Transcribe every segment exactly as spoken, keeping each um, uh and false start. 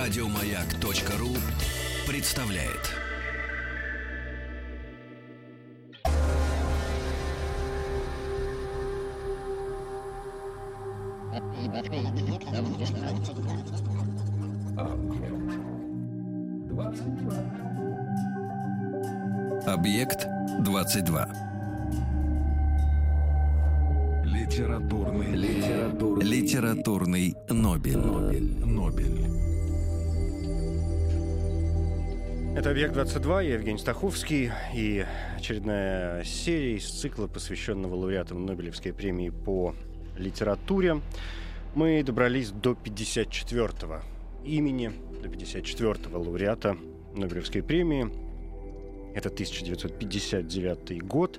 Радиомаяк.ру представляет. Объект двадцать два. Литературный, литературный, литературный Нобель. Нобель. Нобель. Это «Объект двадцать два», я Евгений Стаховский, и очередная серия из цикла, посвященного лауреатам Нобелевской премии по литературе. Мы добрались до пятьдесят четвёртого имени, до пятьдесят четвёртого лауреата Нобелевской премии. Это тысяча девятьсот пятьдесят девятый год,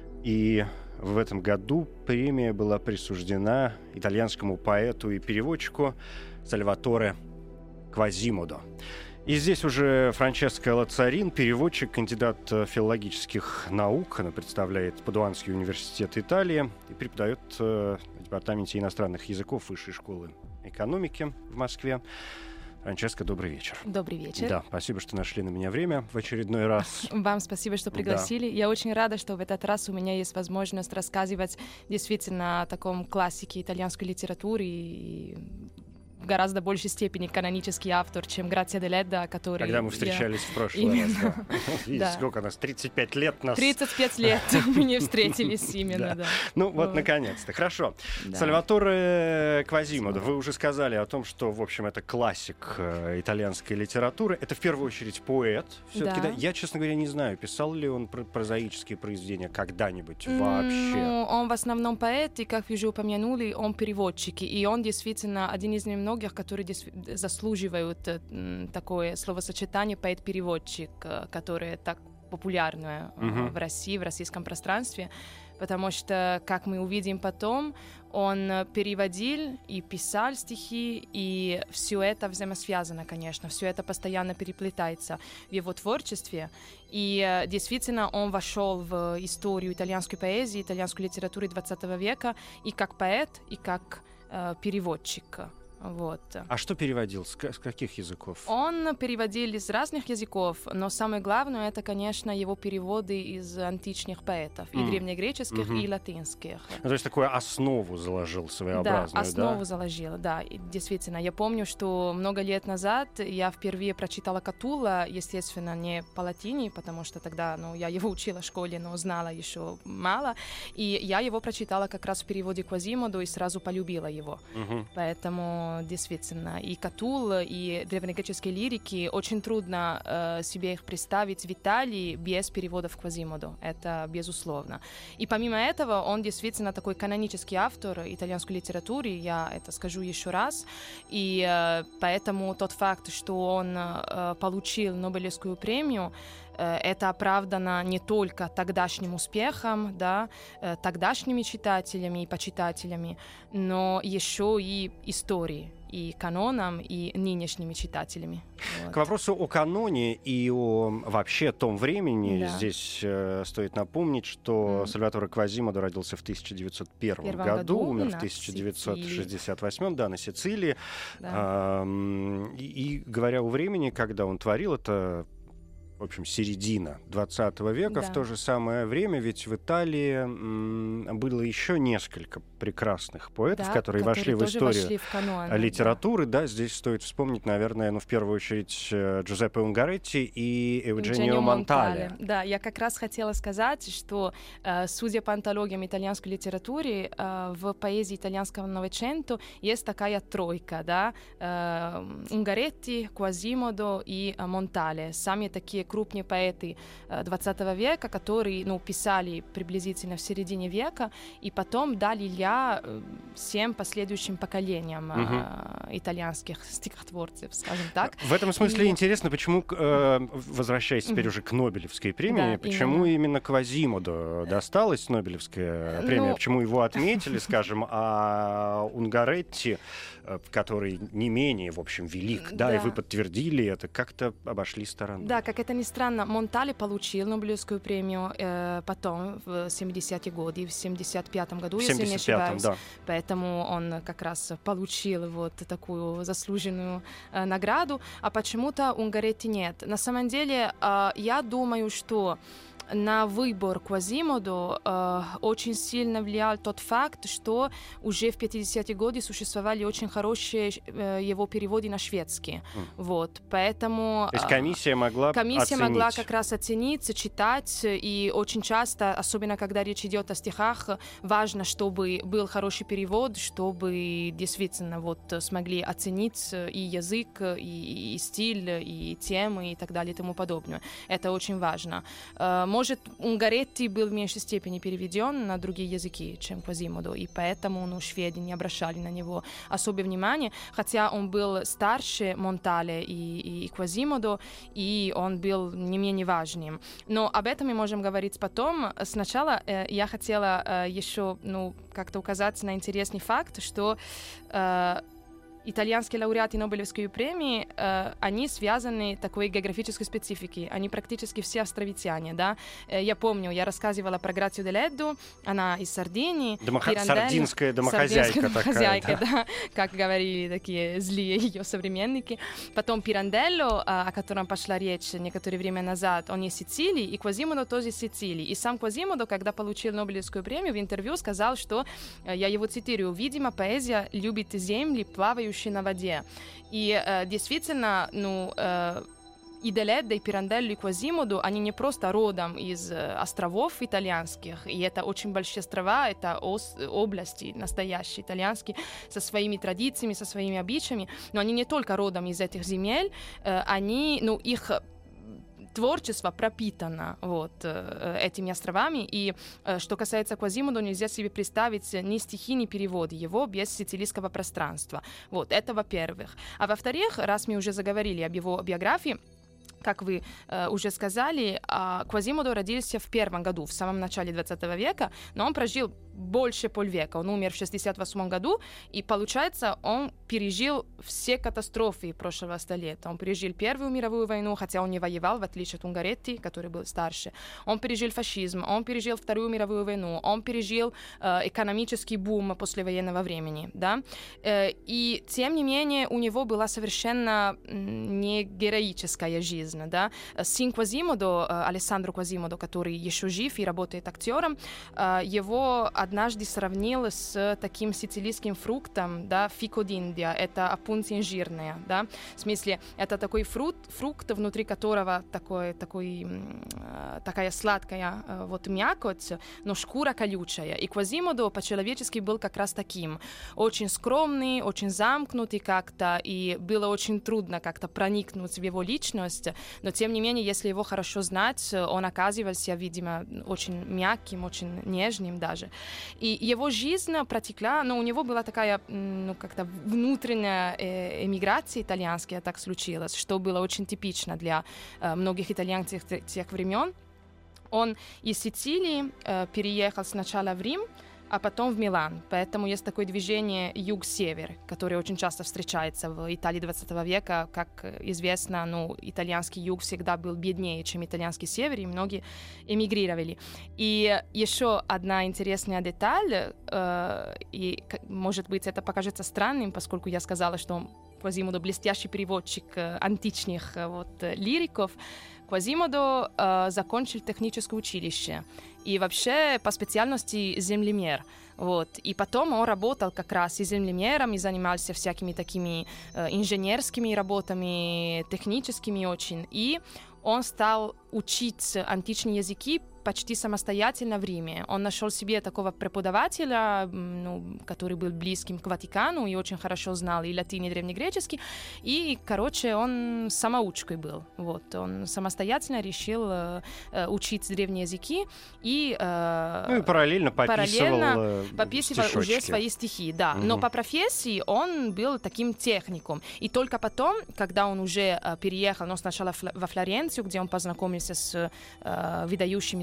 и в этом году премия была присуждена итальянскому поэту и переводчику Сальваторе Квазимодо. И здесь уже Франческа Лацарин, переводчик, кандидат филологических наук. Она представляет Падуанский университет Италии и преподает в департаменте иностранных языков Высшей школы экономики в Москве. Франческа, добрый вечер. Добрый вечер. Да, спасибо, что нашли на меня время в очередной раз. Вам спасибо, что пригласили. Да. Я очень рада, что в этот раз у меня есть возможность рассказывать действительно о таком классике итальянской литературы и в гораздо большей степени канонический автор, чем Грация де Ледда, который... Когда мы встречались я... в прошлый именно. раз. Да. Видите, да. Сколько у нас? тридцать пять лет нас... тридцать пять лет мы не встретились именно, да. Ну вот, наконец-то. Хорошо. Да. Сальваторе Квазимодо, вы уже сказали о том, что, в общем, это классик э, итальянской литературы. Это, в первую очередь, поэт. Все-таки, Да. да? Я, честно говоря, не знаю, писал ли он про- прозаические произведения когда-нибудь вообще. Ну, он в основном поэт, и, как вы уже упомянули, он переводчик. И он действительно один из немногих, которые действительно заслуживают м, такое словосочетание поэт-переводчик, э, которое так популярное э, Мгм. в России, в российском пространстве, потому что, как мы увидим потом, он переводил и писал стихи, и все это взаимосвязано, конечно, все это постоянно переплетается в его творчестве, и э, действительно он вошел в историю итальянской поэзии, итальянской литературы двадцатого века и как поэт, и как э, переводчик. Вот. А что переводил? С, к- с каких языков? Он переводил из разных языков, но самое главное, это, конечно, его переводы из античных поэтов, и Мгм. древнегреческих, Мгм. и латинских. Ну, то есть такую основу заложил Да, своеобразную, основу да? заложила, да, и действительно. Я помню, что много лет назад я впервые прочитала Катулла, естественно, не по латыни, потому что тогда, ну, я его учила в школе, но знала еще мало, и я его прочитала как раз в переводе Квазимодо и сразу полюбила его. Мгм. Поэтому, действительно, и Катул, и древнегреческие лирики, очень трудно э, себе их представить в Италии без переводов Квазимодо. Это безусловно. И помимо этого, он действительно такой канонический автор итальянской литературы, я это скажу еще раз. И э, поэтому тот факт, что он э, получил Нобелевскую премию, э, это оправдано не только тогдашним успехом, да, э, тогдашними читателями и почитателями, но еще и историей, и каноном, и нынешними читателями. Вот. К вопросу о каноне и о вообще том времени, Да. здесь э, стоит напомнить, что Мгм. Сальваторе Квазимодо родился в тысяча девятьсот первом Первом году, году умер на в тысяча девятьсот шестьдесят восьмом, да, на Сицилии. Да. Ам, и, и говоря о времени, когда он творил, это, в общем, середина двадцатого века, Да. в то же самое время, ведь в Италии м, было еще несколько прекрасных поэтов, Да, которые, вошли в тоже историю вошли в канон, да. литературы, да, здесь стоит вспомнить, наверное, ну, в первую очередь э, Джузеппе Унгаретти и Евгенио Евгенио Монтале. Да, я как раз хотела сказать, что, э, судя по антологиям итальянской литературы, э, в поэзии итальянского новecento есть такая тройка, да, э, Унгаретти, Квазимодо и э, Монтале, сами такие крупные поэты э, двадцатого века, которые, ну, писали приблизительно в середине века, и потом дали я э, всем последующим поколениям э, Мгм. итальянских стихотворцев, скажем так. В этом смысле И- интересно, почему, э, возвращаясь теперь Мгм. уже к Нобелевской премии, Да, почему именно. именно Квазимодо досталась Нобелевская премия, Ну- почему его отметили, скажем, а Унгаретти, э, который не менее, в общем, велик, да, и Да. вы подтвердили это, как-то обошли стороной. Да, как это ни странно, Монтале получил Нобелевскую премию э, потом, в семидесятые годы, в семьдесят пятом году, В если не семьдесят пятом, ошибаюсь. да. поэтому он как раз получил вот такую заслуженную э, награду, а почему-то Унгаретти нет. На самом деле, э, я думаю, что на выбор Quasimodo э, очень сильно влиял тот факт, что уже в пятидесятые годы существовали очень хорошие э, его переводы на шведский. Mm. Вот, поэтому... То есть комиссия могла Комиссия оценить. могла как раз оценить, читать, и очень часто, особенно когда речь идет о стихах, важно, чтобы был хороший перевод, чтобы действительно вот смогли оценить и язык, и, и стиль, и темы, и так далее, и тому подобное. Это очень важно. Может, Унгаретти был в меньшей степени переведен на другие языки, чем Quasimodo, и поэтому ну, шведы не обращали на него особое внимание, хотя он был старше Монтале и, и Quasimodo, и он был не менее важным. Но об этом мы можем говорить потом. Сначала э, я хотела э, еще ну, как-то указать на интересный факт, что э, итальянские лауреаты Нобелевской премии, э, они связаны такой географической спецификой. Они практически все австровитяне, да. Э, я помню, я рассказывала про Грацию де Ледду, она из Сардинии. Домоха... Сардинская домохозяйка, Сардинская домохозяйка такая, да. да, как говорили такие злые ее современники. Потом Пиранделло, о котором пошла речь некоторое время назад, он из Сицилии, и Quasimodo тоже из Сицилии. И сам Quasimodo, когда получил Нобелевскую премию, в интервью сказал, что, я его цитирую, «Видимо, поэзия любит земли, плавающие на воде». И э, действительно, ну, э, и де Леддо, и Пиранделло, и Quasimodo, они не просто родом из э, островов итальянских, и это очень большие острова, это ос- области настоящие итальянские, со своими традициями, со своими обычаями, но они не только родом из этих земель, э, они, ну, их творчество пропитано вот, этими островами. И что касается Quasimodo, нельзя себе представить ни стихи, ни переводы его без сицилийского пространства. Вот, это во-первых. А во-вторых, раз мы уже заговорили об его биографии, как вы э, уже сказали, э, Quasimodo родился в первом году, в самом начале двадцатого века, но он прожил больше полвека. Он умер в шестьдесят восьмом году, и, получается, он пережил все катастрофы прошлого столетия. Он пережил Первую мировую войну, хотя он не воевал, в отличие от Унгаретти, который был старше. Он пережил фашизм, он пережил Вторую мировую войну, он пережил э, экономический бум послевоенного времени. Да? Э, и, тем не менее, у него была совершенно не героическая жизнь. Да? Сын Quasimodo, э, Алессандро Quasimodo, который еще жив и работает актером, э, его однажды сравнил с таким сицилийским фруктом, да, фико д'Индия, это опунция инжирная, да, в смысле, это такой фрукт, фрукт внутри которого такой, такой, э, такая сладкая э, вот мякоть, но шкура колючая, и Quasimodo по-человечески был как раз таким, очень скромный, очень замкнутый как-то, и было очень трудно как-то проникнуть в его личность, но тем не менее, если его хорошо знать, он оказывался, видимо, очень мягким, очень нежным даже. И его жизнь протекла, но у него была такая, ну, как-то внутренняя э, эмиграция итальянская, так случилось, что было очень типично для э, многих итальянцев тех времен. Он из Сицилии э, переехал сначала в Рим, а потом в Милан. Поэтому есть такое движение юг-север, которое очень часто встречается в Италии двадцатого века. Как известно, ну, итальянский юг всегда был беднее, чем итальянский север, и многие эмигрировали. И еще одна интересная деталь, э, и, может быть, это покажется странным, поскольку я сказала, что Quasimodo блестящий переводчик э, античных э, вот, лириков. Quasimodo э, закончил техническое училище и вообще по специальности землемер. Вот. И потом он работал как раз и землемером, и занимался всякими такими э, инженерскими работами, техническими очень. И он стал учить античные языки почти самостоятельно в Риме. Он нашел себе такого преподавателя, ну, который был близким к Ватикану и очень хорошо знал и латынь, и древнегреческий. И, короче, он самоучкой был. Вот. Он самостоятельно решил э, учить древние языки и, э, ну, и параллельно пописывал, параллельно пописывал стишочки. уже свои стихи. Да. Угу. Но по профессии он был таким техником. И только потом, когда он уже э, переехал, ну, сначала во Флоренцию, где он познакомился с э, выдающимися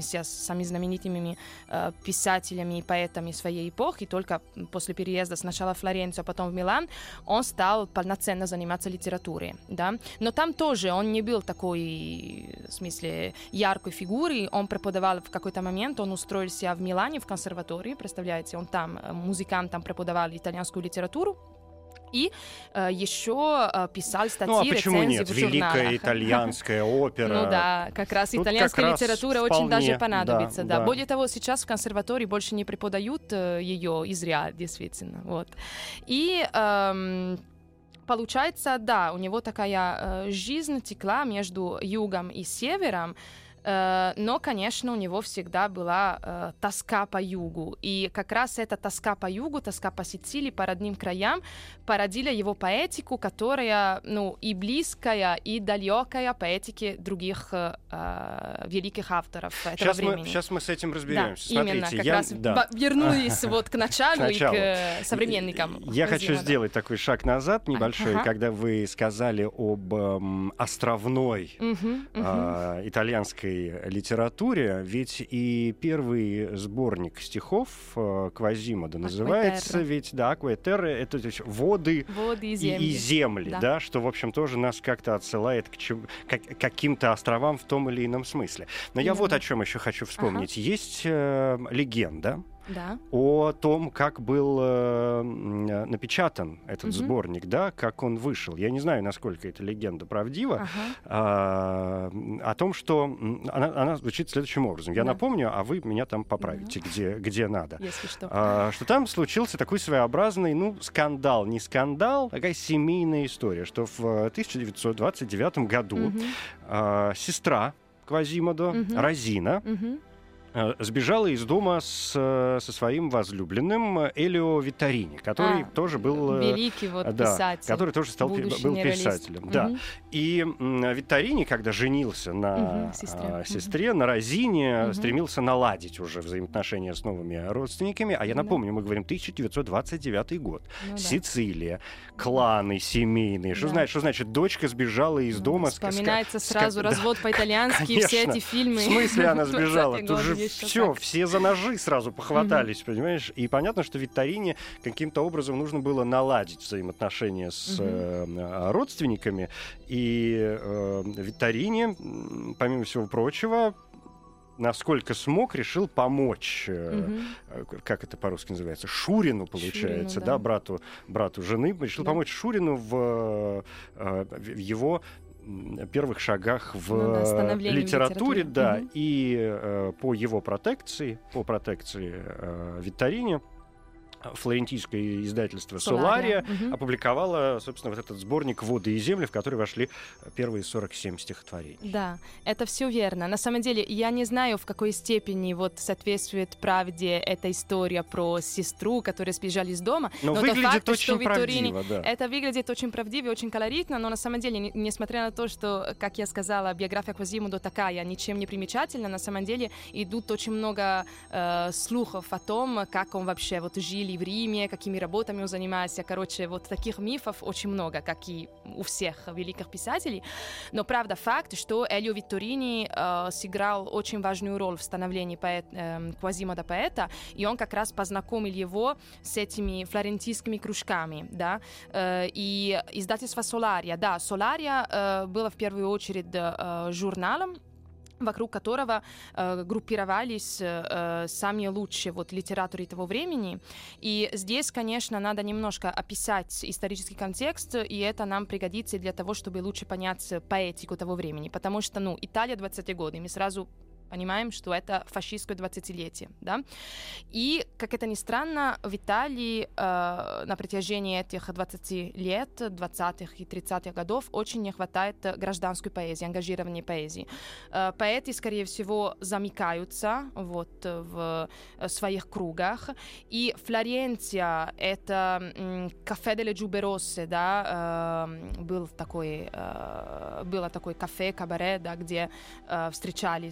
с самыми знаменитыми э, писателями и поэтами своей эпохи. Только после переезда сначала в Флоренцию, а потом в Милан, он стал полноценно заниматься литературой. Да? Но там тоже он не был такой, в смысле, яркой фигурой. Он преподавал в какой-то момент, он устроился в Милане в консерватории, представляете, он там, музыкантом преподавал итальянскую литературу. И э, еще э, писал статьи, ну, а почему рецензии нет? в журналах. Великая итальянская опера. Ну да, как раз Тут итальянская как раз литература вполне, очень даже понадобится. да, Да, да. Более того, сейчас в консерватории больше не преподают э, ее и зря, действительно. Вот. И... Эм, получается, да, у него такая э, жизнь текла между югом и севером, э, но, конечно, у него всегда была э, тоска по югу. И как раз эта тоска по югу, тоска по Сицилии, по родным краям породила его поэтику, которая, ну, и близкая, и далекая поэтике других э, э, великих авторов этого Сейчас времени. мы, сейчас мы с этим разберемся. Да, Смотрите, именно, как я, раз да. вернулись вот к началу, К и к началу. э, современникам. Я хочу Квазимода. сделать такой шаг назад небольшой, Ага. когда вы сказали об эм, островной Мгм, мгм. э, итальянской литературе, ведь и первый сборник стихов э, Квазимода называется, Акватерра. ведь, да, Акватерра, это то есть воды Воды и и, земли. и земли, Да. да, что, в общем, тоже нас как-то отсылает к чем- как- каким-то островам в том или ином смысле. Но я Именно. вот о чем еще хочу вспомнить. Есть э, легенда Да. о том, как был э, м, напечатан этот Мгм. сборник, да, как он вышел. Я не знаю, насколько эта легенда правдива. Ага. а, о том, что м, она, она звучит следующим образом. Я Да. напомню, а вы меня там поправите, где, где надо. Если что. А, что там случился такой своеобразный, ну, скандал, не скандал, такая семейная история, что в тысяча девятьсот двадцать девятом году Мгм, а, сестра Квазимодо, Мгм. Розина, мгм. э, сбежала из дома с, э, со своим возлюбленным Элио Витторини, который А, тоже был... э, Великий вот да, писатель. который тоже стал, пи- будущий был нереалист. писателем. Да. Мгм. И м, Витторини, когда женился на Мгм, сестре. а, Мгм. сестре, на Розине, Мгм. стремился наладить уже взаимоотношения с новыми родственниками. А я Да. напомню, мы говорим тысяча девятьсот двадцать девятый год. Ну да. Сицилия, кланы семейные. Что, Да. значит, что значит, дочка сбежала из Ну, дома? с- с- Вспоминается с- сразу да, развод по-итальянски, и все конечно. эти фильмы. В смысле она сбежала? двадцатые Тут годы же еще все, так. все за ножи сразу похватались, понимаешь? И понятно, что Витторине каким-то образом нужно было наладить взаимоотношения с Мгм. э, родственниками. И э, Витторине, м, помимо всего прочего, насколько смог, решил помочь, э, Мгм. э, как это по-русски называется, Шурину, получается, Шурину, да. да. брату, брату жены, решил Да. помочь Шурину в, э, в его м, первых шагах в Ну да, становлению в литературе, литературе. да, Мгм. и э, по его протекции, по протекции э, Витторини, флорентийское издательство «Солария» Мгм. опубликовало, собственно, вот этот сборник «Воды и земли», в который вошли первые сорок семь стихотворений. Да, это все верно. На самом деле, я не знаю, в какой степени вот соответствует правде эта история про сестру, которая сбежала из дома. Но, Но тот выглядит факт, что очень Витторини- правдиво, да. Это выглядит очень правдиво и очень колоритно, но на самом деле, не- несмотря на то, что, как я сказала, биография Квазимодо такая, ничем не примечательна, на самом деле идут очень много э, слухов о том, как он вообще вот жил в Риме, какими работами он занимался. Короче, вот таких мифов очень много, как и у всех великих писателей. Но правда факт, что Элио Витторини э, сыграл очень важную роль в становлении поэт, э, Квазимода поэта, и он как раз познакомил его с этими флорентийскими кружками, да, Э, и издательство «Солария», да, «Солария» э, было в первую очередь э, журналом, вокруг которого э, группировались э, самые лучшие вот, литераторы того времени. И здесь, конечно, надо немножко описать исторический контекст, и это нам пригодится для того, чтобы лучше понять поэтику того времени. Потому что, ну, Италия двадцатые годы, мы сразу понимаем, что это фашистское двадцатилетие, да. И, как это ни странно, в Италии э, на протяжении этих двадцати лет, двадцатых и тридцатых годов, очень не хватает гражданской поэзии, ангажированной поэзии. Э, поэты, скорее всего, замыкаются вот, в своих кругах. И Флоренция — это м, кафе деле Джуберосе, да, э, был такой, э, было такое кафе, кабаре, да, где э, встречались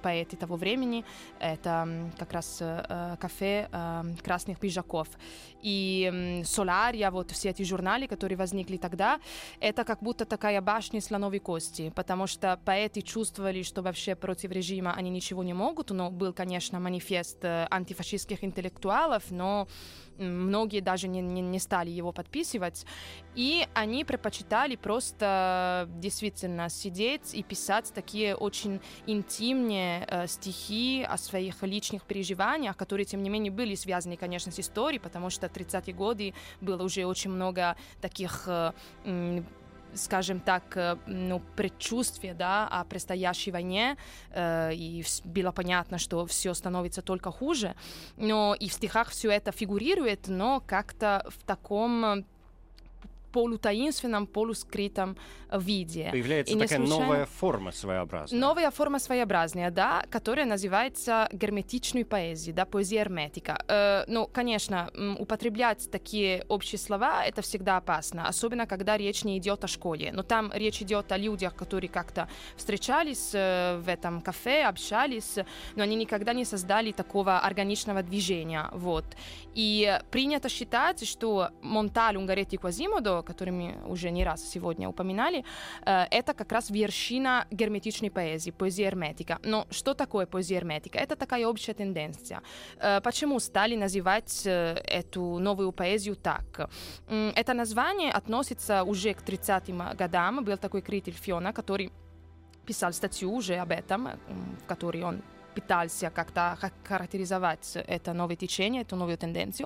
поэты того времени. Это как раз э, кафе э, красных пиджаков. И э, Солария, вот все эти журналы, которые возникли тогда, это как будто такая башня слоновой кости, потому что поэты чувствовали, что вообще против режима они ничего не могут. Но был, конечно, манифест антифашистских интеллектуалов, но многие даже не, не, не стали его подписывать. И они предпочитали просто действительно сидеть и писать такие очень интимные э, стихи о своих личных переживаниях, которые, тем не менее, были связаны, конечно, с историей, потому что в тридцатые годы было уже очень много таких... Э, скажем так, ну, предчувствие, да, о предстоящей войне, э, и было понятно, что все становится только хуже, но и в стихах все это фигурирует, но как-то в таком полутаинственном, полускрытом виде. Появляется и такая случайно... новая форма своеобразная. Новая форма своеобразная, да, которая называется герметичной поэзией, да, поэзия эрметика. Э, ну, конечно, употреблять такие общие слова — это всегда опасно, особенно когда речь не идет о школе. Но там речь идет о людях, которые как-то встречались э, в этом кафе, общались, но они никогда не создали такого органичного движения, вот. И принято считать, что Монтале, Унгаретти и Квазимодо, который мы уже не раз сегодня упоминали, это как раз вершина герметичной поэзии, поэзия эрметика. Но что такое поэзия эрметика? Это такая общая тенденция. Почему стали называть эту новую поэзию так? Это название относится уже к тридцатым годам. Был такой критик Фиона, который писал статью уже об этом, в которой он пытался как-то характеризовать это новое течение, эту новую тенденцию.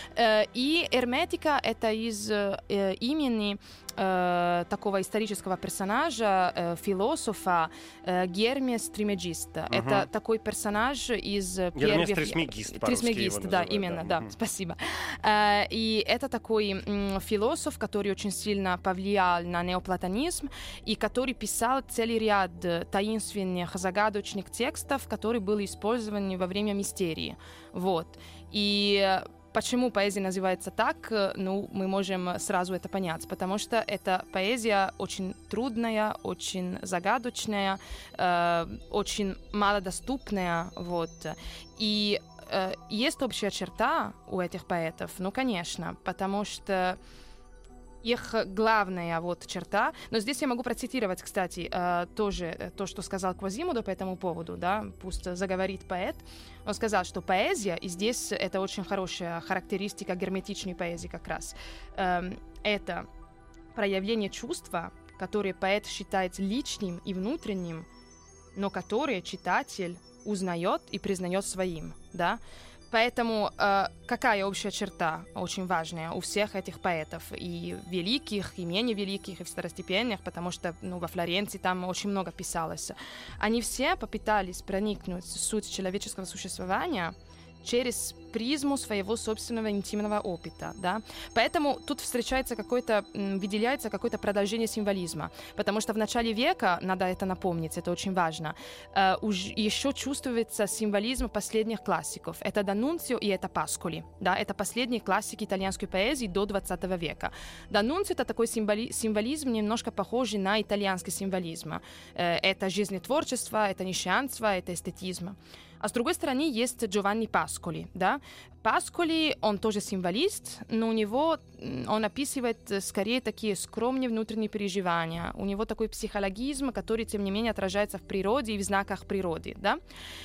И эрметика — это из имени такого исторического персонажа, философа Гермес Тримегиста. Uh-huh. Это такой персонаж из первых... Гермес Трисмегист, Трисмегист, да, называют, именно, да. да, uh-huh. Спасибо. И это такой философ, который очень сильно повлиял на неоплатонизм и который писал целый ряд таинственных, загадочных текстов, которые были использованы во время мистерии. Вот. И почему поэзия называется так, ну, мы можем сразу это понять, потому что эта поэзия очень трудная, очень загадочная, э, очень малодоступная, вот. И э, есть общая черта у этих поэтов, ну, конечно, потому что их главная вот черта, но здесь я могу процитировать, кстати, э, тоже то, что сказал Квазимодо по этому поводу, да, пусть заговорит поэт. Он сказал, что поэзия, и здесь это очень хорошая характеристика герметичной поэзии как раз, э, это проявление чувства, которое поэт считает личным и внутренним, но которое читатель узнает и признает своим, да. Поэтому э, какая общая черта очень важная у всех этих поэтов, и великих, и менее великих, и второстепенных, потому что ну, во Флоренции там очень много писалось. Они все попытались проникнуть в суть человеческого существования через призму своего собственного интимного опыта, да. Поэтому тут встречается какое-то, выделяется какое-то продолжение символизма, потому что в начале века, надо это напомнить, это очень важно, э, уж еще чувствуется символизм последних классиков. Это Данунцио и это Пасколи, да, это последние классики итальянской поэзии до двадцатого века. Данунцио — это такой символи- символизм, немножко похожий на итальянский символизм. Э, это жизнетворчество, это нищенство, это эстетизм. А с другой стороны есть Джованни Пасколи, да. Пасколи, он тоже символист, но у него, он описывает скорее такие скромные внутренние переживания. У него такой психологизм, который, тем не менее, отражается в природе и в знаках природы, да.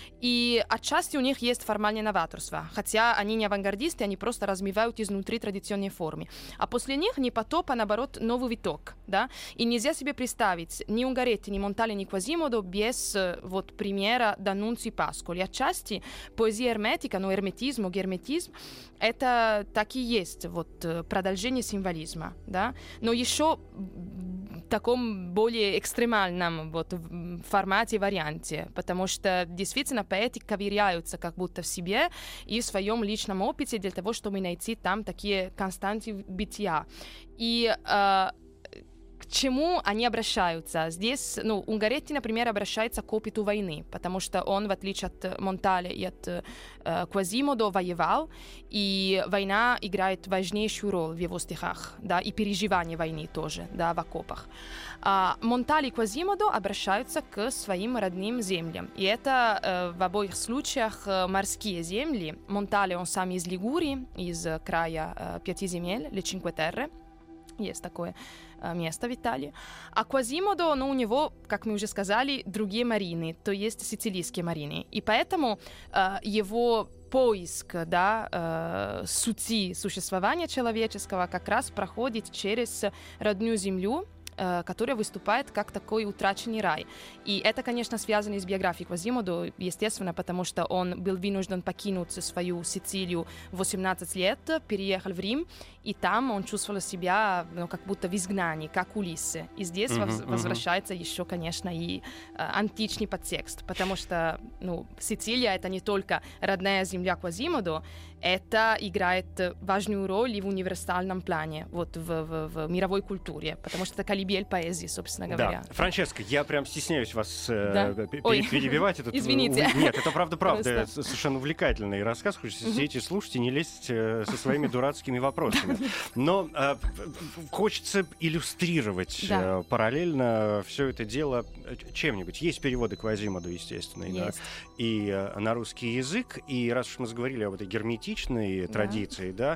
И отчасти у них есть формальное новаторство, хотя они не авангардисты, они просто размывают изнутри традиционные формы. А после них не потоп, а наоборот новый виток, да. И нельзя себе представить ни Унгаретти, ни Монтале, ни Квазимодо без вот примера Данунцио и Пасколи. Отчасти поэзия эрметика, ну, эрметизм, герметизм, это так и есть, вот, продолжение символизма, да, но еще в таком более экстремальном вот, формате, варианте, потому что действительно поэты ковыряются как будто в себе и в своем личном опыте для того, чтобы найти там такие константы бытия. И э, к чему они обращаются? Здесь, ну, Унгаретти, например, обращается к опыту войны, потому что он, в отличие от Монтале и от э, Квазимодо, воевал, и война играет важнейшую роль в его стихах, да, и переживание войны тоже, да, в окопах. А Монтале и Квазимодо обращаются к своим родным землям, и это э, в обоих случаях э, морские земли. Монтале, он сам из Лигурии, из края э, пяти земель, Ле Чинкве Терре. Есть такое э, место в Италии. А Квазимодо, ну, у него, как мы уже сказали, другие марины, то есть сицилийские марины. И поэтому э, его поиск, да, э, сути существования человеческого как раз проходит через родную землю, которая выступает как такой утраченный рай. И это, конечно, связано с биографией Квазимодо, естественно, потому что он был вынужден покинуть свою Сицилию в восемнадцать лет, переехал в Рим, и там он чувствовал себя, ну, как будто в изгнании, как Улиссе. И здесь uh-huh, воз- uh-huh. возвращается еще, конечно, и э, античный подтекст, потому что, ну, Сицилия — это не только родная земля Квазимодо, это играет важную роль и в универсальном плане, вот в, в, в мировой культуре, потому что это колыбель поэзии, собственно говоря. Да, Франческа, я прям стесняюсь вас да? э, перебивать. Этот, Извините. Нет, это правда-правда совершенно увлекательный рассказ. Хочется сидеть и слушать, и не лезть э, со своими дурацкими вопросами. Но э, хочется иллюстрировать да. э, параллельно все это дело чем-нибудь. Есть переводы Квазимодо, естественно, и, на, и э, на русский язык. И раз уж мы заговорили об этой герметичной да. традиции, да,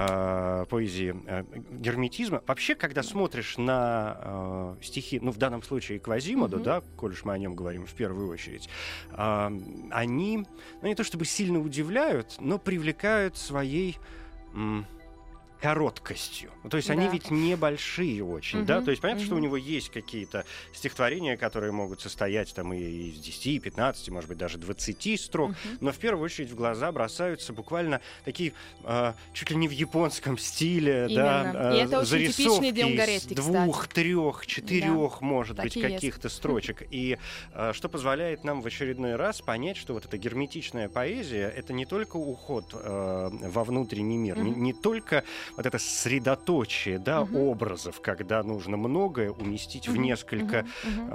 э, поэзии э, герметизма, вообще, когда смотришь на э, стихи, ну, в данном случае Квазимодо, mm-hmm. да, коль уж мы о нем говорим в первую очередь, э, они, ну, не то чтобы сильно удивляют, но привлекают своей м- короткостью. Ну, то есть да. они ведь небольшие очень, uh-huh, да? То есть понятно, uh-huh. что у него есть какие-то стихотворения, которые могут состоять там и из десяти, пятнадцати, может быть, даже двадцати строк, uh-huh. но в первую очередь в глаза бросаются буквально такие э, чуть ли не в японском стиле, именно. Да, и э, это очень типичный для Унгаретти, из двух, трех, четырех, да. может так быть, и каких-то есть. строчек. И э, что позволяет нам в очередной раз понять, что вот эта герметичная поэзия — это не только уход э, во внутренний мир, uh-huh. не, не только вот это средоточие, да, uh-huh. образов, когда нужно многое уместить uh-huh. в несколько uh-huh.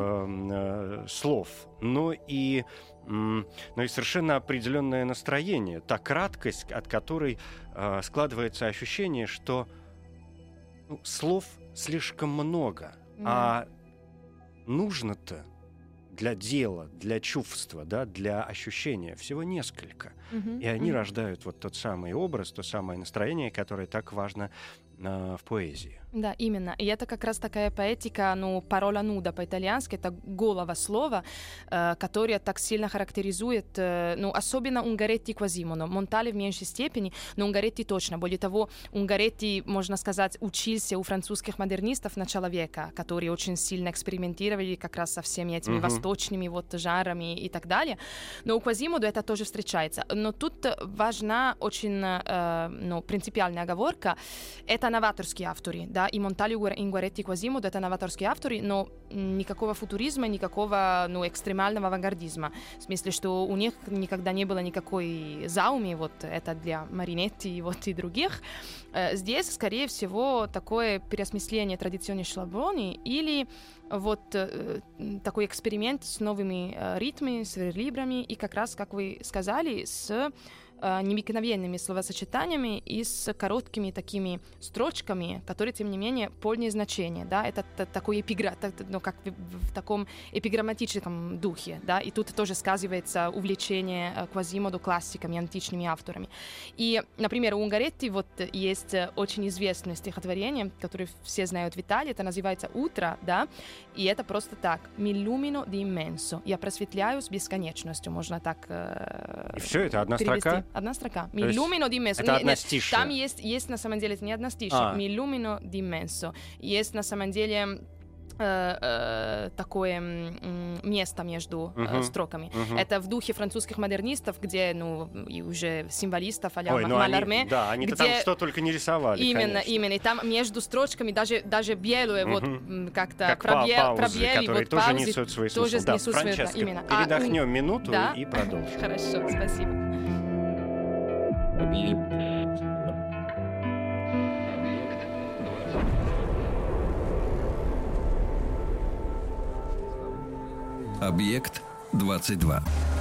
Uh-huh. Э, э, слов, но и, м, но и совершенно определенное настроение, та краткость, от которой э, складывается ощущение, что ну, слов слишком много, uh-huh. а нужно-то для дела, для чувства, да, для ощущения всего несколько. Uh-huh. И они uh-huh. рождают вот тот самый образ, то самое настроение, которое так важно э, в поэзии. Да, именно. И это как раз такая поэтика, ну, parola nuda по-итальянски, это голого слова, э, которое так сильно характеризует, э, ну, особенно Унгаретти и Квазимодо. Монтале в меньшей степени, но Унгаретти точно. Более того, Унгаретти, можно сказать, учился у французских модернистов начала века, которые очень сильно экспериментировали как раз со всеми этими uh-huh. восточными вот жанрами и так далее. Но у Квазимодо это тоже встречается. Но тут важна очень, э, ну, принципиальная оговорка. Это новаторские авторы, да, и Монтале, и Унгаретти, и Квазимодо — это новаторские авторы, но никакого футуризма, никакого, ну, экстремального авангардизма. В смысле, что у них никогда не было никакой зауми, вот это для Маринетти и вот и других. Здесь, скорее всего, такое переосмысление традиционной шаблоны или вот э, такой эксперимент с новыми э, ритмами, с верлибрами и как раз, как вы сказали, с э, необыкновенными словосочетаниями и с короткими такими строчками, которые, тем не менее, полное значение, да, это т- такой эпигра, т- ну, как в, в таком эпиграмматическом духе, да, и тут тоже сказывается увлечение э, Квазимодо классиками, античными авторами. И, например, у Унгаретти вот есть очень известное стихотворение, которое все знают в Италии, это называется «Утро», да, и это просто так. «M'illumino di immenso». Я просветляю с бесконечностью, можно так э, и все, это одна перевести. строка? Одна строка. «M'illumino di immenso». Это Нет, одностишие? там есть, есть на самом деле, это не одностишие. А. «M'illumino di immenso». Есть на самом деле э, э, такое м, место между uh-huh. э, строками. Uh-huh. Это в духе французских модернистов, где, ну, и уже символистов а-ля Ой, ну Маларме. Они, да, они-то где... там что только не рисовали, Именно, конечно. именно. И там между строчками даже, даже белые uh-huh. вот как-то как пробел, паузы, пробели, которые вот тоже паузы, несут свой тоже смысл. Да, несут свой, Франческа, именно. передохнем а, минуту да? и продолжим. Хорошо, спасибо. Объект двадцать два.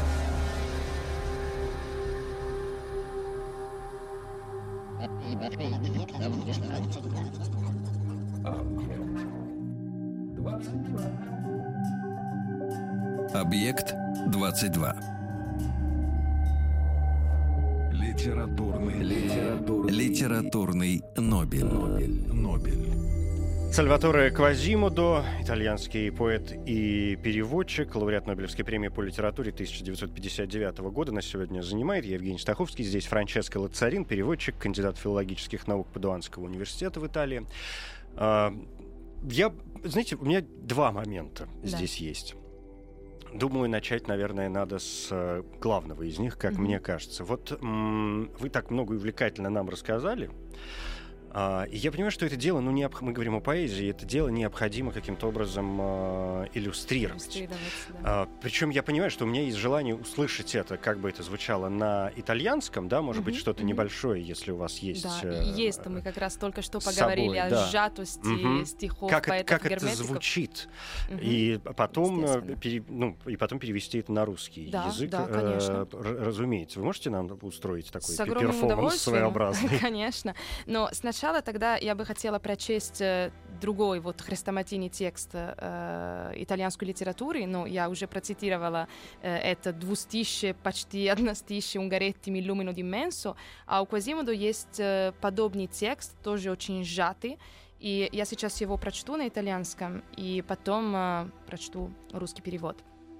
Объект двадцать два. Литературный, литературный, литературный Нобель. Нобель. Нобель. Сальваторе Квазимодо, итальянский поэт и переводчик, лауреат Нобелевской премии по литературе тысяча девятьсот пятьдет девятого года, нас сегодня занимает. Я Евгений Стаховский, здесь Франческо Лацарин, переводчик, кандидат филологических наук Падуанского университета в Италии. Я, знаете, у меня два момента да. здесь есть. Думаю, начать, наверное, надо с э, главного из них, как mm-hmm. мне кажется. Вот м- вы так много и увлекательно нам рассказали. Uh, и я понимаю, что это дело, ну, необх... мы говорим о поэзии, это дело необходимо каким-то образом uh, иллюстрировать. Да. Uh, причем я понимаю, что у меня есть желание услышать это, как бы это звучало на итальянском, да, может mm-hmm. быть, что-то mm-hmm. небольшое, если у вас есть. Да, uh, есть, мы как раз только что поговорили собой, о да. сжатости mm-hmm. стихов как поэтов Как герметиков. это звучит, mm-hmm. и, потом, пере... ну, и потом перевести это на русский да, язык, да, конечно. Uh, разумеется. Вы можете нам устроить такой С перформанс своеобразный? Конечно, но сначала тогда я бы хотела прочесть э, другой вот хрестоматийный текст э, итальянской литературы, но я уже процитировала э, это двустишье, почти одностишье Унгаретти «Millumino d'immenso», а у Квазимодо есть э, подобный текст, тоже очень сжатый, и я сейчас его прочту на итальянском, и потом э, прочту русский перевод.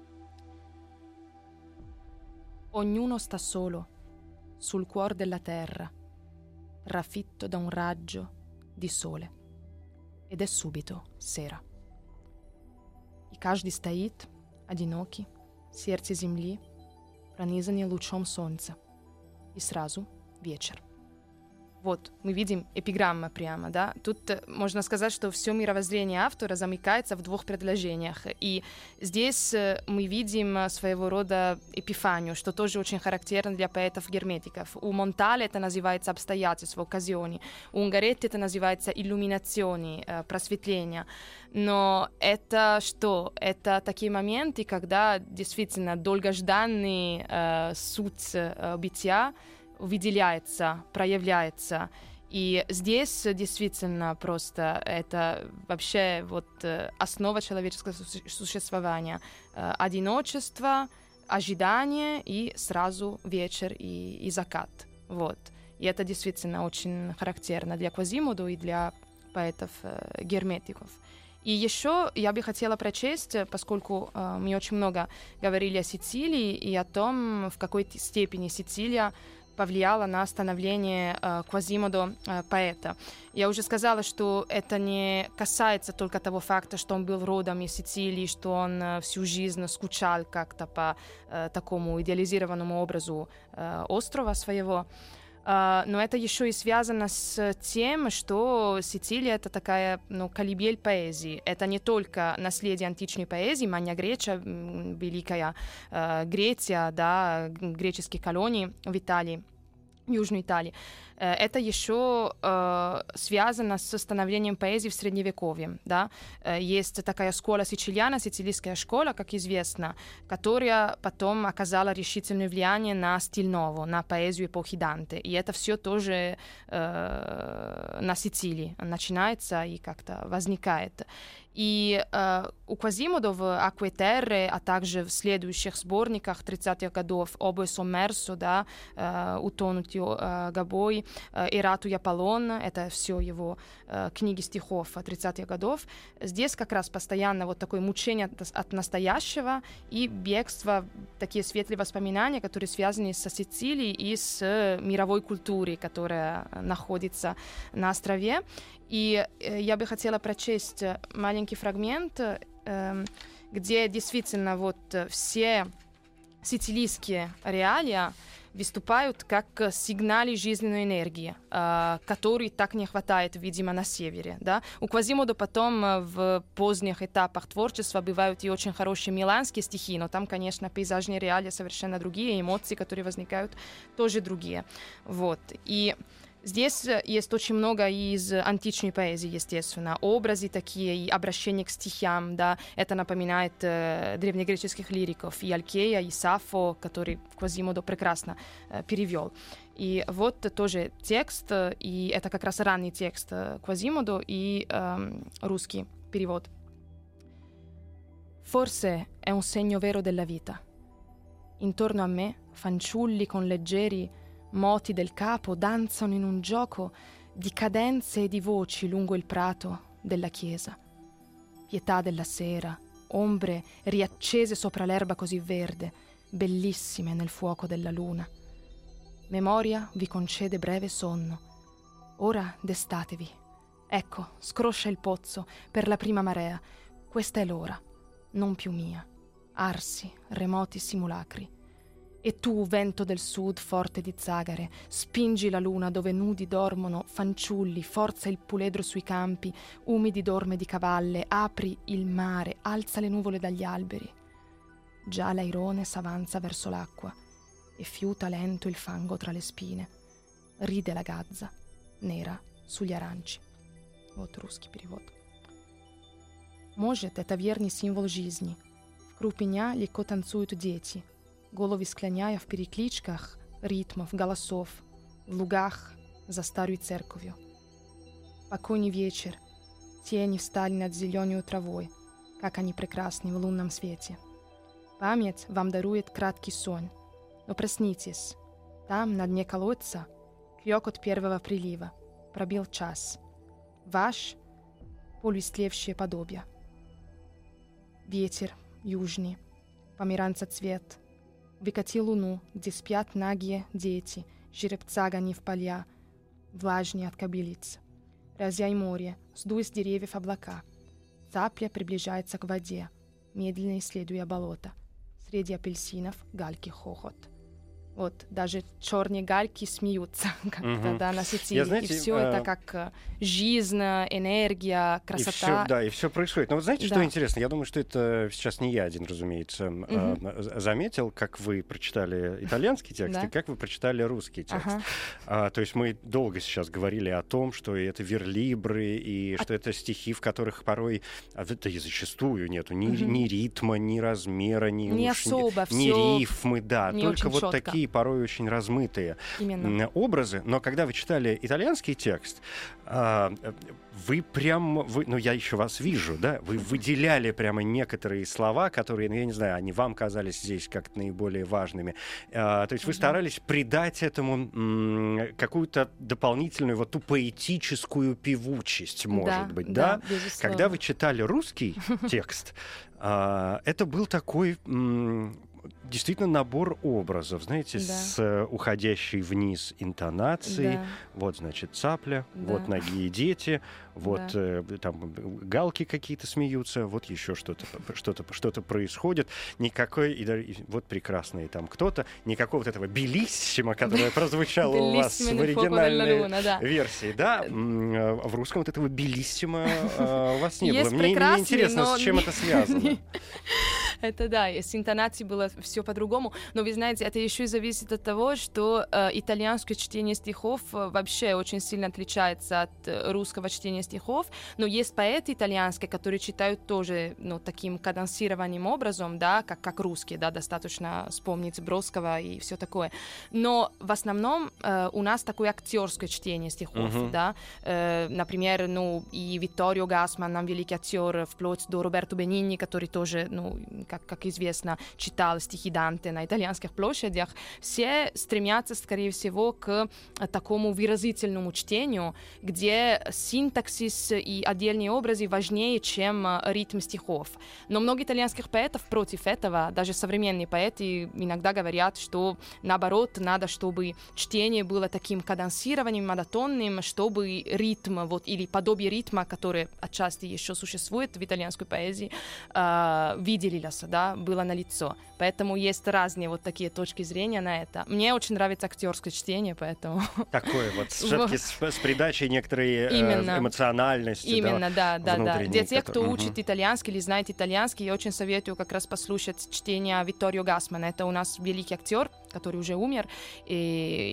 Ognuno sta solo sul cuor della terra, raffitto da un raggio di sole, ed è subito сера. И каждый стоит, одинокий, в сердце земли, пронизанный лучом солнца, и сразу вечер. Вот, мы видим эпиграмма прямо, да. Тут можно сказать, что все мировоззрение автора замыкается в двух предложениях. И здесь мы видим своего рода эпифанию, что тоже очень характерно для поэтов-герметиков. У Монтале это называется обстоятельства, occasioni. У Унгаретти это называется иллюминациони, просветление. Но это что? Это такие моменты, когда действительно долгожданный э, суть э, бытия выделяется, проявляется. И здесь действительно просто это вообще вот основа человеческого существования. Одиночество, ожидание и сразу вечер и, и закат. Вот. И это действительно очень характерно для Квазимодо и для поэтов-герметиков. И еще я бы хотела прочесть, поскольку э, мы очень много говорили о Сицилии и о том, в какой степени Сицилия повлияло на становление э, Квазимодо э, поэта. Я уже сказала, что это не касается только того факта, что он был родом из Сицилии, что он э, всю жизнь скучал как-то по э, такому идеализированному образу э, острова своего. Uh, но это еще и связано с тем, что Сицилия — это такая, ну, колыбель поэзии. Это не только наследие античной поэзии, Магна Гречия, великая uh, Греция, да, греческие колонии в Италии, в Южной Италии. Uh, это еще uh, связано с становлением поэзии в Средневековье. Да? Uh, есть такая школа сицилиана, сицилийская школа, как известно, которая потом оказала решительное влияние на стиль ново, на поэзию эпохи Данте. И это все тоже uh, на Сицилии начинается и как-то возникает. И э, у Квазимодо в «Акве терре», а также в следующих сборниках тридцатых годов «Обоe sommerso», да, э, «Утонутый э, гобой», э, «Ирату и Аполлон», это все его э, книги стихов тридцатых годов. Здесь как раз постоянно вот такое мучение от, от настоящего и бегство, такие светлые воспоминания, которые связаны со Сицилией и с мировой культурой, которая находится на острове. И э, я бы хотела прочесть маленький фрагмент, э, где действительно вот все сицилийские реалии выступают как сигналы жизненной энергии, э, которой так не хватает, видимо, на севере. Да? У Квазимодо потом в поздних этапах творчества бывают и очень хорошие миланские стихи, но там, конечно, пейзажные реалии совершенно другие, эмоции, которые возникают, тоже другие. Вот. И Здесь есть очень много из античной поэзии, естественно. Образы такие и обращения к стихам, да. Это напоминает э, древнегреческих лириков. И Алкея, и Сафо, который Квазимодо прекрасно э, перевел. И вот тоже текст, и это как раз ранний текст Quasimodo и э, русский перевод. Forse è un segno vero della vita. Intorno a me, fanciulli con leggeri moti del capo danzano in un gioco di cadenze e di voci lungo il prato della chiesa. Pietà della sera, ombre riaccese sopra l'erba così verde, bellissime nel fuoco della luna. Memoria vi concede breve sonno. Ora destatevi. Ecco, scroscia il pozzo per la prima marea. Questa è l'ora, non più mia. Arsi, remoti simulacri. E tu, vento del sud, forte di zagare, spingi la luna dove nudi dormono fanciulli, forza il puledro sui campi, umidi dorme di cavalle, apri il mare, alza le nuvole dagli alberi. Già l'airone s'avanza verso l'acqua e fiuta lento il fango tra le spine. Ride la gazza, nera, sugli aranci. Вот русский перевод. Может, это верный символ жизни. В крупиня легко танцуют дети, головы склоняя в перекличках ритмов, голосов, в лугах за старой церковью. Покойный вечер, тени встали над зеленой травой, как они прекрасны в лунном свете. Память вам дарует краткий сон, но проснитесь, там, на дне колодца, клёкот первого прилива, пробил час. Ваш полуистлевшее подобие. Ветер южный, померанца цвет, выкати луну, где спят нагие дети, жеребца гони в поля, влажнее от кобылиц. Разъяй море, сдуй с деревьев облака. Цапля приближается к воде, медленно исследуя болото. Среди апельсинов гальки хохот. Вот, даже черные гальки смеются как-то, угу. да, на Сицилии. Я, знаете, и все а... это как жизнь, энергия, красота. И всё, да, и все происходит. Но вот знаете, да. что интересно? Я думаю, что это сейчас не я один, разумеется, угу. а, заметил, как вы прочитали итальянский текст и как вы прочитали русский текст. Ага. А, то есть мы долго сейчас говорили о том, что это верлибры, и а... что это стихи, в которых порой, а, да и зачастую нету ни, угу. ни ритма, ни размера, ни, не уж, особо, ни, ни рифмы, да, не только вот четко. такие порой очень размытые Именно. образы, но когда вы читали итальянский текст, вы прям, вы, ну я еще вас вижу, да, вы выделяли прямо некоторые слова, которые, ну я не знаю, они вам казались здесь как-то наиболее важными. То есть вы старались придать этому какую-то дополнительную вот ту поэтическую певучесть, может да, быть, да? да? Когда вы читали русский текст, это был такой... Действительно набор образов, знаете, да. с уходящей вниз интонацией. Да. Вот, значит, цапля, да. вот ноги и дети, вот да. э, там галки какие-то смеются, вот еще что-то, что-то, что-то происходит. Никакой, и, и, вот прекрасный там кто-то, никакого вот этого белиссимо, которое прозвучало у вас в оригинальной версии, да, в русском вот этого белиссимо у вас не было. Мне интересно, с чем это связано. Это да, с интонацией было все по-другому, но вы знаете, это еще и зависит от того, что э, итальянское чтение стихов э, вообще очень сильно отличается от э, русского чтения стихов, но есть поэты итальянские, которые читают тоже, ну, таким кадансированным образом, да, как, как русские, да, достаточно вспомнить Бродского и все такое, но в основном э, у нас такое актерское чтение стихов, uh-huh. да, э, например, ну, и Витторио Гасман, нам великий актер, вплоть до Роберто Бенигни, который тоже, ну, как, как известно, читал стихи Данте на итальянских площадях, все стремятся, скорее всего, к такому выразительному чтению, где синтаксис и отдельные образы важнее, чем ритм стихов. Но много итальянских поэтов против этого, даже современные поэты иногда говорят, что наоборот, надо, чтобы чтение было таким кадансированным, монотонным, чтобы ритм, вот, или подобие ритма, который отчасти еще существует в итальянской поэзии, э, выделилось, да, было налицо. Поэтому есть разные вот такие точки зрения на это. Мне очень нравится актерское чтение, поэтому... Такое вот, все-таки с, с придачей некоторой э, эмоциональности. Именно, да, да, да. Для тех, кто который... учит угу. итальянский или знает итальянский, я очень советую как раз послушать чтение Витторио Гасмана. Это у нас великий актер, который уже умер, и, и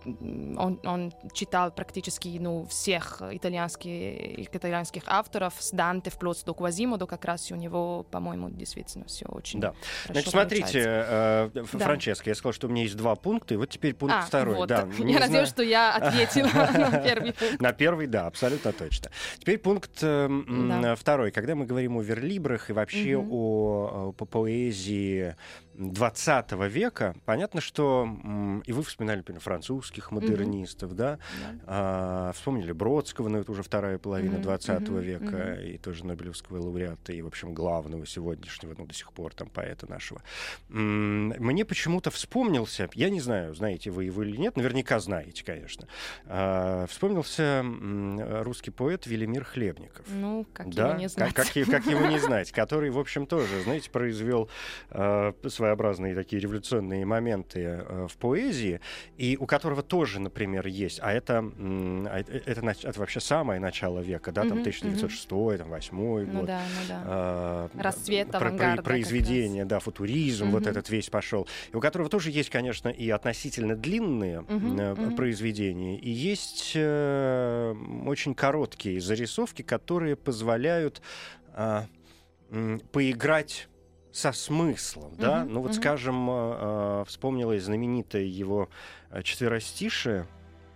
он, он читал практически ну, всех итальянских, итальянских авторов, с Данте вплоть до Квазимодо, как раз и у него, по-моему, действительно все очень да. хорошо Значит, смотрите, э, да. Франческа, я сказал, что у меня есть два пункта, и вот теперь пункт а, второй. Вот. Да, я надеюсь, что я ответила на первый пункт. На первый, да, абсолютно точно. Теперь пункт второй. Когда мы говорим о верлибрах и вообще о поэзии двадцатого века, понятно, что и вы вспоминали, например, французских модернистов, mm-hmm. да, yeah. а, вспомнили Бродского, но это уже вторая половина двадцатого mm-hmm. века, mm-hmm. и тоже Нобелевского лауреата, и, в общем, главного сегодняшнего, ну, до сих пор, там, поэта нашего. Мне почему-то вспомнился, я не знаю, знаете вы его или нет, наверняка знаете, конечно, а, вспомнился русский поэт Велимир Хлебников. Ну, как да? его не знать. Как, как, как его не знать, который, в общем, тоже, знаете, произвел а, своеобразные такие революционные моменты э, в поэзии, и у которого тоже, например, есть, а это, м, это, это, это вообще самое начало века, да, там mm-hmm, тысяча девятьсот шестой, mm-hmm. там, восьмой ну год. Да, ну да. Э, Расцвет про, авангарда. Произведение, да, футуризм, mm-hmm. вот этот весь пошел. И у которого тоже есть, конечно, и относительно длинные mm-hmm, э, mm-hmm. произведения, и есть э, очень короткие зарисовки, которые позволяют э, э, поиграть со смыслом, uh-huh, да? Ну вот, uh-huh. скажем, э, вспомнилось знаменитое его четверостишее: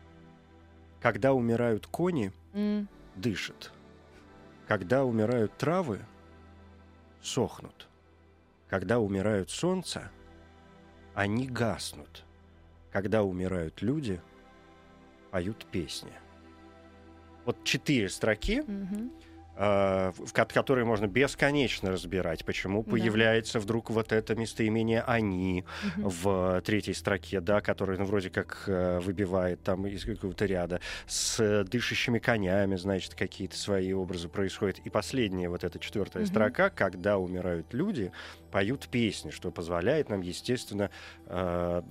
«Когда умирают кони, uh-huh. дышат. Когда умирают травы, сохнут. Когда умирают солнца, они гаснут. Когда умирают люди, поют песни». Вот четыре строки, uh-huh. в которые можно бесконечно разбирать, почему да. появляется вдруг вот это местоимение «они» угу. в третьей строке, да, которое ну, вроде как выбивает там из какого-то ряда. С дышащими конями, значит, какие-то свои образы происходят. И последняя вот эта четвертая угу. строка: «Когда умирают люди, поют песни», что позволяет нам, естественно, э-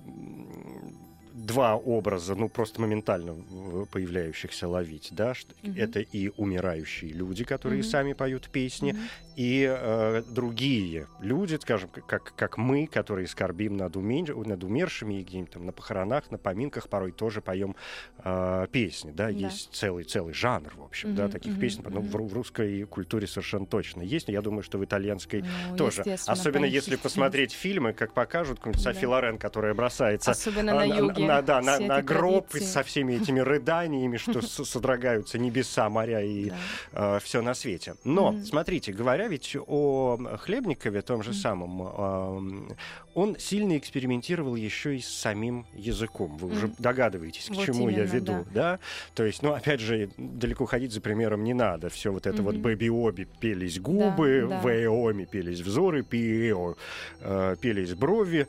два образа, ну, просто моментально появляющихся ловить, да, что mm-hmm. это и умирающие люди, которые mm-hmm. сами поют песни, mm-hmm. и э, другие люди, скажем, как, как мы, которые скорбим над, умер... над умершими, и где-нибудь там на похоронах, на поминках порой тоже поем э, песни, да, yeah. есть целый, целый жанр, в общем, mm-hmm. да, таких mm-hmm. песен, ну, mm-hmm. в, в русской культуре совершенно точно есть, но я думаю, что в итальянской ну, тоже. Особенно если посмотреть фильмы, как покажут, какую-нибудь Софи да. Лорен, которая бросается... Особенно на юге. На, да, на, на гроб традиции. Со всеми этими рыданиями, что содрогаются небеса, моря и да. э, все на свете. Но, mm-hmm. смотрите, говоря ведь о Хлебникове, том же mm-hmm. самом, э, он сильно экспериментировал еще и с самим языком. Вы mm-hmm. уже догадываетесь, к вот чему именно, я веду, да. да? То есть, ну, опять же, далеко ходить за примером не надо. Все вот это mm-hmm. вот «Бэби-оби» пелись губы, да, да. «Вэоми» пелись взоры, «Пиэо» э, пелись брови,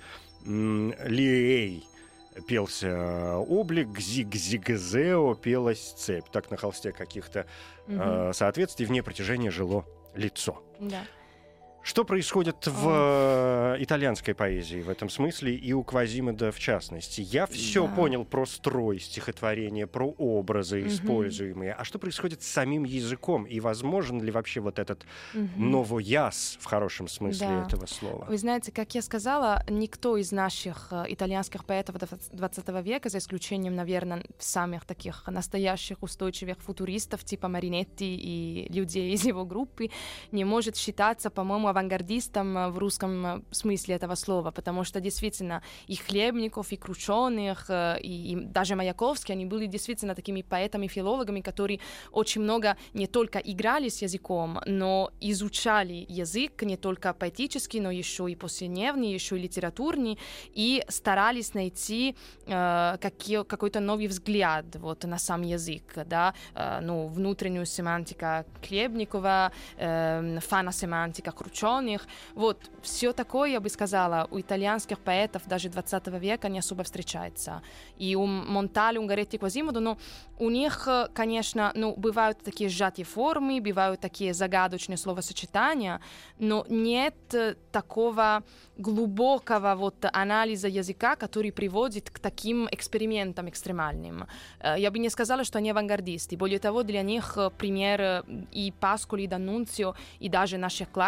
«Лиэй» пелся облик, «Гзиг-зигзео» пелась цепь. Так на холсте каких-то угу. э, соответствий вне протяжения жило лицо. Да. Что происходит в э, итальянской поэзии в этом смысле, и у Квазимодо в частности? Я все да. понял про строй стихотворения, про образы, угу. используемые. А что происходит с самим языком? И возможен ли вообще вот этот угу. новояз в хорошем смысле да. этого слова? Вы знаете, как я сказала, никто из наших итальянских поэтов двадцатого века, за исключением, наверное, самых таких настоящих устойчивых футуристов, типа Маринетти и людей из его группы, не может считаться, по-моему, авангардистом в русском смысле этого слова, потому что действительно и Хлебников, и Крученых, и, и даже Маяковский, они были действительно такими поэтами-филологами, которые очень много не только играли с языком, но изучали язык не только поэтический, но еще и повседневный, еще и литературный, и старались найти э, какие, какой-то новый взгляд вот, на сам язык, да, э, ну, внутреннюю семантику Хлебникова, э, фанасемантика Крученых. Вот, все такое, я бы сказала, у итальянских поэтов даже двадцатого века не особо встречается. И у Монтале, Унгаретти, Квазимодо, но у них, конечно, ну, бывают такие сжатые формы, бывают такие загадочные словосочетания, но нет такого глубокого вот анализа языка, который приводит к таким экспериментам экстремальным. Я бы не сказала, что они авангардисты. Более того, для них пример и Пасколи, и Данунцио, и даже наших классиков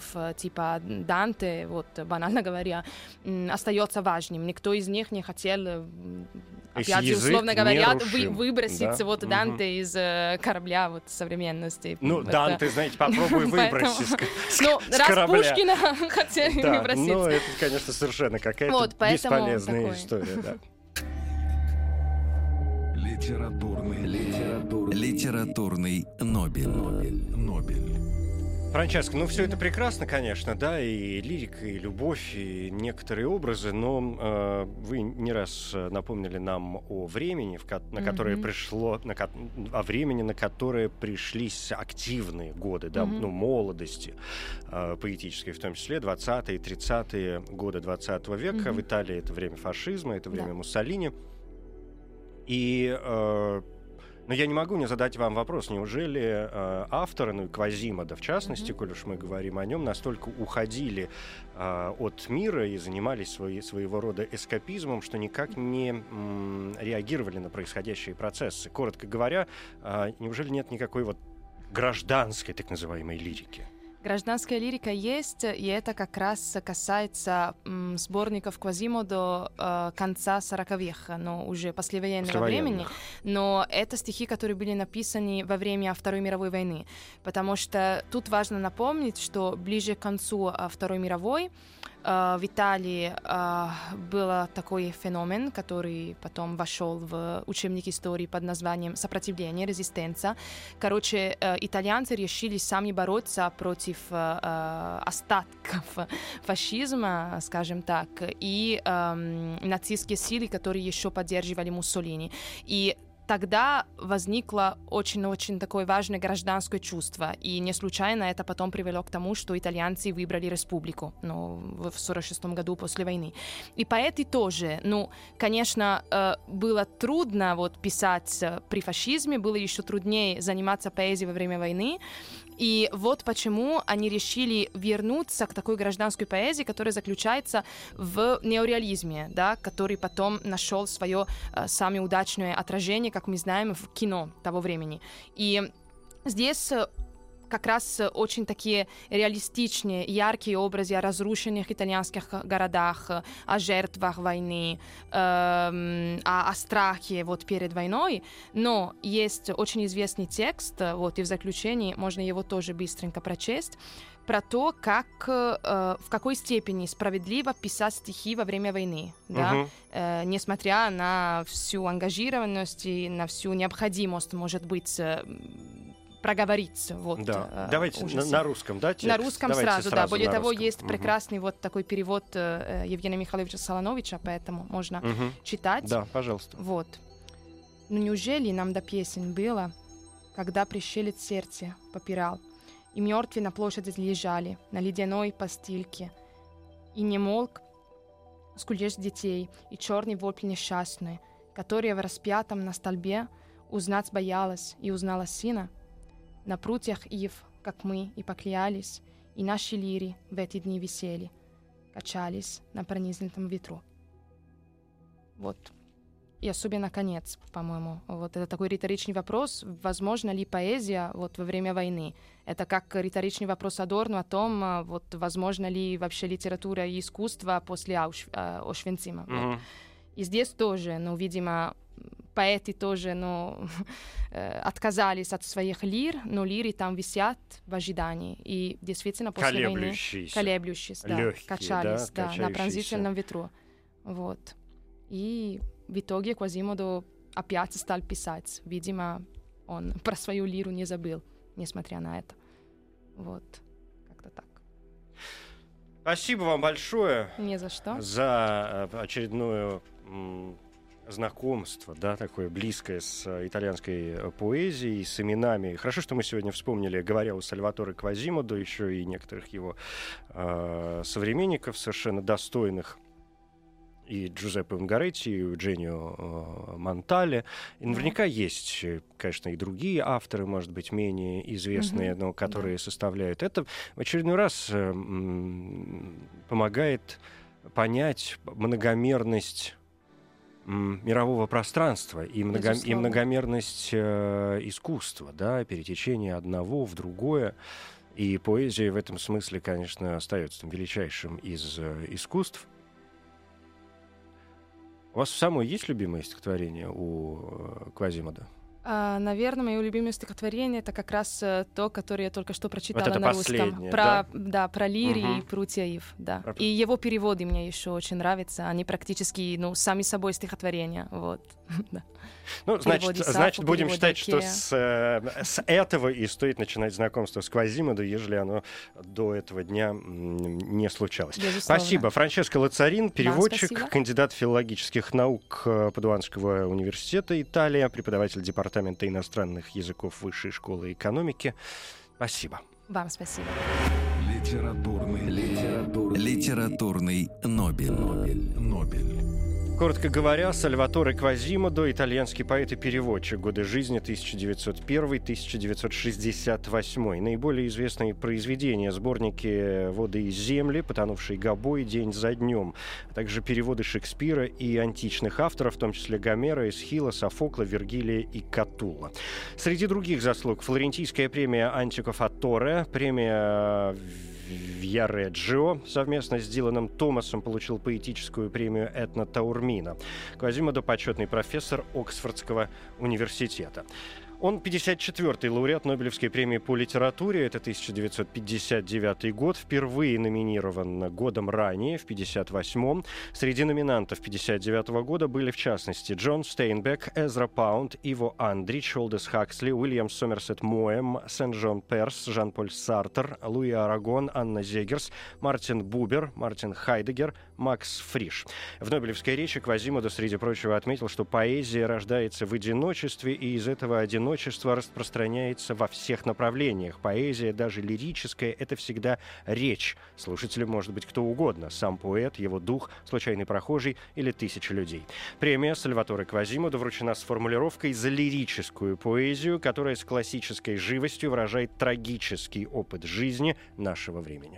классиков типа Данте, вот, банально говоря, остается важным. Никто из них не хотел, опять же, условно говоря, вы, выбросить да? вот Данте угу. из корабля вот, современности. Ну, это... Данте, знаете, попробуй выбросить с, ну, с корабля. Раз Пушкина хотели да, выбросить. Ну, это, конечно, совершенно какая-то вот, бесполезная такой... история, да. Литературный, литературный, литературный Нобель. Нобель. Нобель. Франческо, ну все это прекрасно, конечно, да, и лирика, и любовь, и некоторые образы, но э, вы не раз напомнили нам о времени, в ко- на которое mm-hmm. пришло, на ко- о времени, на которое пришлись активные годы, да, mm-hmm. ну, молодости э, поэтической, в том числе двадцатые, тридцатые годы двадцатого века. Mm-hmm. В Италии это время фашизма, это время yeah. Муссолини. И... Э, Но я не могу не задать вам вопрос, неужели э, авторы, ну и Квазимодо в частности, mm-hmm. коль уж мы говорим о нем, настолько уходили э, от мира и занимались свои, своего рода эскапизмом, что никак не м, реагировали на происходящие процессы? Коротко говоря, э, неужели нет никакой вот гражданской так называемой лирики? Гражданская лирика есть, и это как раз касается м, сборников Квазимодо э, конца сороковых, но уже послевоенного времени. Но это стихи, которые были написаны во время Второй мировой войны. Потому что тут важно напомнить, что ближе к концу Второй мировой в Италии uh, был такой феномен, который потом вошел в учебник истории под названием «Сопротивление, резистенция». Короче, uh, итальянцы решили сами бороться против uh, остатков фашизма, скажем так, и um, нацистские силы, которые еще поддерживали Муссолини. И тогда возникло очень-очень такое важное гражданское чувство, и не случайно это потом привело к тому, что итальянцы выбрали республику, ну, в сорок шестом году после войны. И поэты тоже, ну, конечно, было трудно вот писать при фашизме, было еще труднее заниматься поэзией во время войны, и вот почему они решили вернуться к такой гражданской поэзии, которая заключается в неореализме, да, который потом нашел свое э, самое удачное отражение, как мы знаем, в кино того времени. И здесь как раз очень такие реалистичные, яркие образы о разрушенных итальянских городах, о жертвах войны, э, о, о страхе вот перед войной. Но есть очень известный текст, вот, и в заключении можно его тоже быстренько прочесть, про то, как, э, в какой степени справедливо писать стихи во время войны, да? uh-huh. э, несмотря на всю ангажированность и на всю необходимость, может быть, проговориться. Вот, да. э, Давайте на, на русском, да, текст? На русском Давайте сразу, сразу, да. Более того, русском. есть угу. прекрасный вот такой перевод э, Евгения Михайловича Солоновича, поэтому можно угу. читать. Да, пожалуйста. Вот. «Ну неужели нам до песен было, когда пришелец сердце попирал, и мертвые на площади лежали, на ледяной постельке, и не молк скулеж детей, и черный вопль несчастный, который в распятом на столбе узнать боялась и узнала сына, на прутьях ив, как мы, и поклялись, и наши лири в эти дни висели, качались на пронизанном ветру». Вот. И особенно конец, по-моему. Вот это такой риторичный вопрос, возможно ли поэзия вот во время войны. Это как риторичный вопрос Адорно о том, вот возможно ли вообще литература и искусство после Ауш... Ошвенцима. Mm-hmm. Вот. И здесь тоже, ну, видимо, поэты тоже, ну, отказались от своих лир, но лиры там висят в ожидании. И действительно после войны колеблющиеся, да, легкие, качались, да, да, на пронзительном ветру. Вот. И в итоге Квазимодо опять стал писать. Видимо, он про свою лиру не забыл, несмотря на это. Вот. Как-то так. Спасибо вам большое. Не за что. За очередное м- знакомство, да, такое близкое с итальянской поэзией, с именами. Хорошо, что мы сегодня вспомнили, говоря о Сальваторе Квазимодо, еще и некоторых его э- современников, совершенно достойных. И Джузеппе Унгаретти, и Eugenio э, Монтале. И наверняка mm-hmm. есть, конечно, и другие авторы, может быть, менее известные, mm-hmm. но которые yeah. составляют. Это в очередной раз э, м- помогает понять многомерность м- мирового пространства и, много- и многомерность э, искусства, да, перетечение одного в другое. И поэзия в этом смысле, конечно, остается там величайшим из э, искусств. У вас самой есть любимое стихотворение у э, Квазимода? А, наверное, мое любимое стихотворение — это как раз э, то, которое я только что прочитала Вот это на русском. Про, да? Да, про Лирий Угу. и Прутьяев, да. Про... И его переводы мне еще очень нравятся. Они практически, ну, сами собой стихотворения, вот. Ну, значит, Сафу, значит, будем считать, Акея. что с, э, с этого и стоит начинать знакомство с Квазимодо, ежели оно до этого дня м, не случалось. Безусловно. Спасибо. Франческо Лацарин, переводчик, Да, кандидат филологических наук э, Падуанского университета Италия, преподаватель департамента иностранных языков Высшей школы экономики. Спасибо. Вам спасибо. Литературный, литературный, литературный Нобель. Нобель. Нобель. Коротко говоря, Сальваторе Квазимодо — итальянский поэт и переводчик, годы жизни тысяча девятьсот первый — тысяча девятьсот шестьдесят восьмой. Наиболее известные произведения — сборники «Воды из земли», «Потонувший Гобой», «День за днем», а также переводы Шекспира и античных авторов, в том числе Гомера, Эсхила, Софокла, Вергилия и Катулла. Среди других заслуг — Флорентийская премия «Антико Фатторе», премия Вьяреджио совместно с Диланом Томасом получил поэтическую премию Этно Таурмина. Квазимодо — почетный профессор Оксфордского университета. Он пятьдесят четвёртый лауреат Нобелевской премии по литературе. Это тысяча девятьсот пятьдесят девятый год. Впервые номинирован годом ранее, в пятьдесят восьмом. Среди номинантов пятьдесят девятого года были, в частности, Джон Стейнбек, Эзра Паунд, Иво Андрич, Олдес Хаксли, Уильям Сомерсет Моэм, Сен-Жон Перс, Жан-Поль Сартер, Луи Арагон, Анна Зегерс, Мартин Бубер, Мартин Хайдеггер, Макс Фриш. В Нобелевской речи Квазимодо, среди прочего, отметил, что поэзия рождается в одиночестве, и из этого одиночества распространяется во всех направлениях. Поэзия, даже лирическая, это всегда речь. Слушателем может быть кто угодно. Сам поэт, его дух, случайный прохожий или тысячи людей. Премия Сальваторе Квазимодо вручена с формулировкой «за лирическую поэзию», которая с классической живостью выражает трагический опыт жизни нашего времени.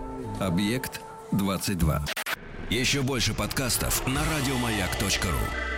Объект двадцать два. Еще больше подкастов на радиомаяк точка ру.